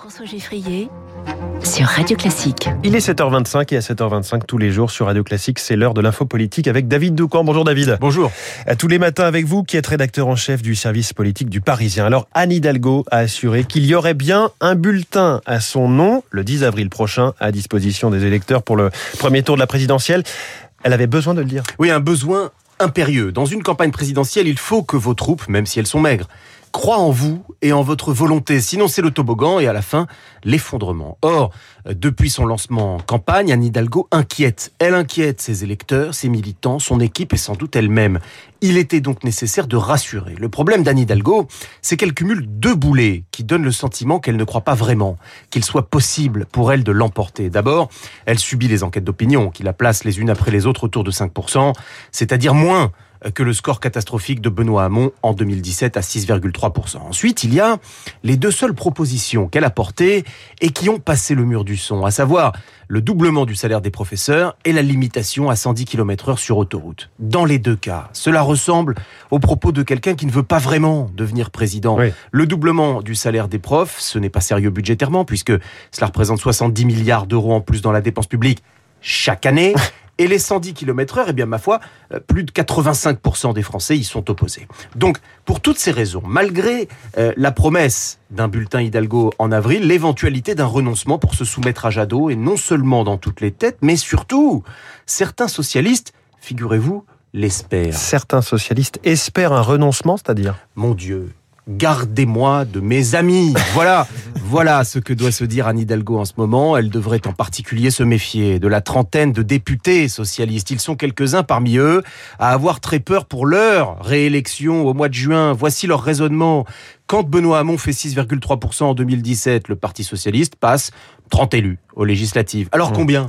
François Geffrier sur Radio Classique. Il est 7h25 et à 7h25 tous les jours sur Radio Classique, c'est l'heure de l'info politique avec David Doucan. Bonjour David. Bonjour. Tous les matins avec vous qui êtes rédacteur en chef du service politique du Parisien. Alors Anne Hidalgo a assuré qu'il y aurait bien un bulletin à son nom le 10 avril prochain à disposition des électeurs pour le premier tour de la présidentielle. Elle avait besoin de le dire. Oui, un besoin impérieux. Dans une campagne présidentielle, il faut que vos troupes, même si elles sont maigres, croient en vous et en votre volonté. Sinon, c'est le toboggan et à la fin, l'effondrement. Or, depuis son lancement en campagne, Anne Hidalgo inquiète. Elle inquiète ses électeurs, ses militants, son équipe et sans doute elle-même. Il était donc nécessaire de rassurer. Le problème d'Anne Hidalgo, c'est qu'elle cumule deux boulets qui donnent le sentiment qu'elle ne croit pas vraiment qu'il soit possible pour elle de l'emporter. D'abord, elle subit les enquêtes d'opinion qui la placent les unes après les autres autour de 5%, c'est-à-dire moins que le score catastrophique de Benoît Hamon en 2017 à 6,3%. Ensuite, il y a les deux seules propositions qu'elle a portées et qui ont passé le mur du son, à savoir le doublement du salaire des professeurs et la limitation à 110 km/h sur autoroute. Dans les deux cas, cela ressemble aux propos de quelqu'un qui ne veut pas vraiment devenir président. Oui. Le doublement du salaire des profs, ce n'est pas sérieux budgétairement puisque cela représente 70 milliards d'euros en plus dans la dépense publique chaque année. Et les 110 km/h, eh bien, ma foi, plus de 85% des Français y sont opposés. Donc, pour toutes ces raisons, malgré la promesse d'un bulletin Hidalgo en avril, l'éventualité d'un renoncement pour se soumettre à Jadot, et non seulement dans toutes les têtes, mais surtout, certains socialistes, figurez-vous, l'espèrent. Certains socialistes espèrent un renoncement, c'est-à-dire ? Mon Dieu, gardez-moi de mes amis. Voilà ce que doit se dire Anne Hidalgo en ce moment. Elle devrait en particulier se méfier de la trentaine de députés socialistes. Ils sont quelques-uns parmi eux à avoir très peur pour leur réélection au mois de juin. Voici leur raisonnement. Quand Benoît Hamon fait 6,3% en 2017, le Parti socialiste passe 30 élus aux législatives. Alors combien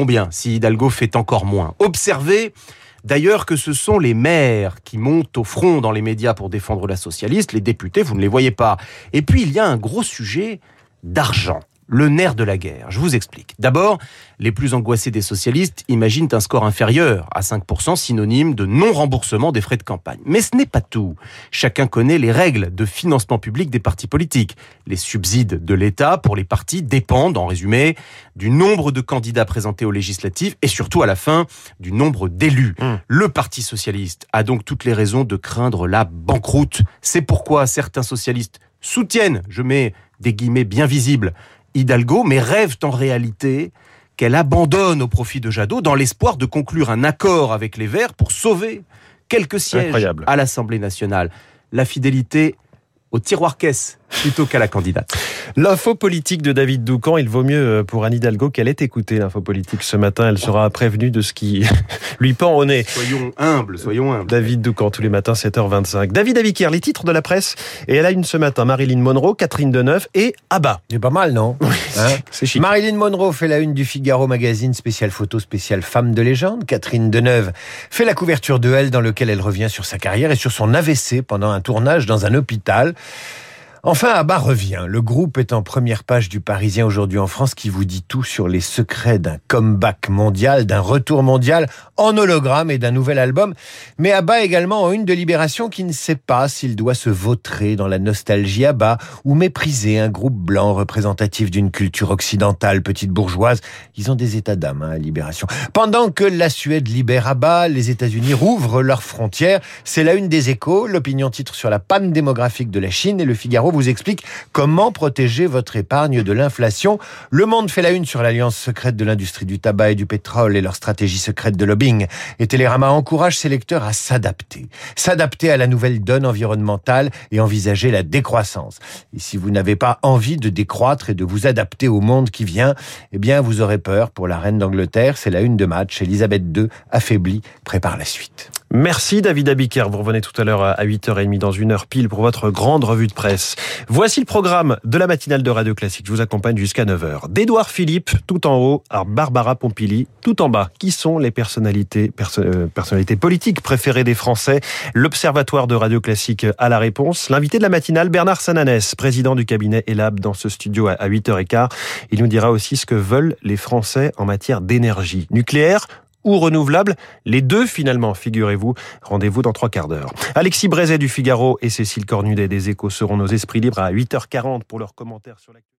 si Hidalgo fait encore moins? Observez d'ailleurs que ce sont les maires qui montent au front dans les médias pour défendre la socialiste. Les députés, vous ne les voyez pas. Et puis, il y a un gros sujet d'argent. Le nerf de la guerre. Je vous explique. D'abord, les plus angoissés des socialistes imaginent un score inférieur à 5%, synonyme de non-remboursement des frais de campagne. Mais ce n'est pas tout. Chacun connaît les règles de financement public des partis politiques. Les subsides de l'État pour les partis dépendent, en résumé, du nombre de candidats présentés aux législatives et surtout, à la fin, du nombre d'élus. Le Parti socialiste a donc toutes les raisons de craindre la banqueroute. C'est pourquoi certains socialistes soutiennent, je mets des guillemets bien visibles, Hidalgo, mais rêvent en réalité qu'elle abandonne au profit de Jadot dans l'espoir de conclure un accord avec les Verts pour sauver quelques sièges à l'Assemblée nationale. La fidélité au tiroir-caisse plutôt qu'à la candidate. L'info politique de David Doucan, il vaut mieux pour Anne Hidalgo qu'elle ait écouté l'info politique ce matin. Elle sera prévenue de ce qui lui pend au nez. Soyons humbles. David Doucan, tous les matins, 7h25. David Abiker, les titres de la presse. Et elle a une ce matin, Marilyn Monroe, Catherine Deneuve et Abba. C'est pas mal, non? C'est chic. Marilyn Monroe fait la une du Figaro magazine, spécial photo, spécial femme de légende. Catherine Deneuve fait la couverture de Elle, dans lequel elle revient sur sa carrière et sur son AVC pendant un tournage dans un hôpital. Enfin, Abba revient. Le groupe est en première page du Parisien aujourd'hui en France qui vous dit tout sur les secrets d'un comeback mondial, d'un retour mondial en hologramme et d'un nouvel album. Mais Abba également en une de Libération qui ne sait pas s'il doit se vautrer dans la nostalgie Abba ou mépriser un groupe blanc représentatif d'une culture occidentale, petite bourgeoise. Ils ont des états d'âme à Libération. Pendant que la Suède libère Abba, les États-Unis rouvrent leurs frontières. C'est la une des Échos. L'Opinion titre sur la panne démographique de la Chine et le Figaro vous explique comment protéger votre épargne de l'inflation. Le Monde fait la une sur l'alliance secrète de l'industrie du tabac et du pétrole et leur stratégie secrète de lobbying. Et Télérama encourage ses lecteurs à s'adapter. S'adapter à la nouvelle donne environnementale et envisager la décroissance. Et si vous n'avez pas envie de décroître et de vous adapter au monde qui vient, eh bien vous aurez peur pour la reine d'Angleterre. C'est la une de Match. Elisabeth II, affaiblie, prépare la suite. Merci David Abiker. Vous revenez tout à l'heure à 8h30 dans une heure pile pour votre grande revue de presse. Voici le programme de la matinale de Radio Classique. Je vous accompagne jusqu'à 9h. D'Édouard Philippe, tout en haut, à Barbara Pompili, tout en bas. Qui sont les personnalités politiques préférées des Français? L'Observatoire de Radio Classique a la réponse. L'invité de la matinale, Bernard Sananès, président du cabinet ELAB, dans ce studio à 8h15. Il nous dira aussi ce que veulent les Français en matière d'énergie. Nucléaire ou renouvelable, les deux finalement, figurez-vous. Rendez-vous dans 3 quarts d'heure. Alexis Brézet du Figaro et Cécile Cornudet des Échos seront nos esprits libres à 8h40 pour leurs commentaires sur l'actualité.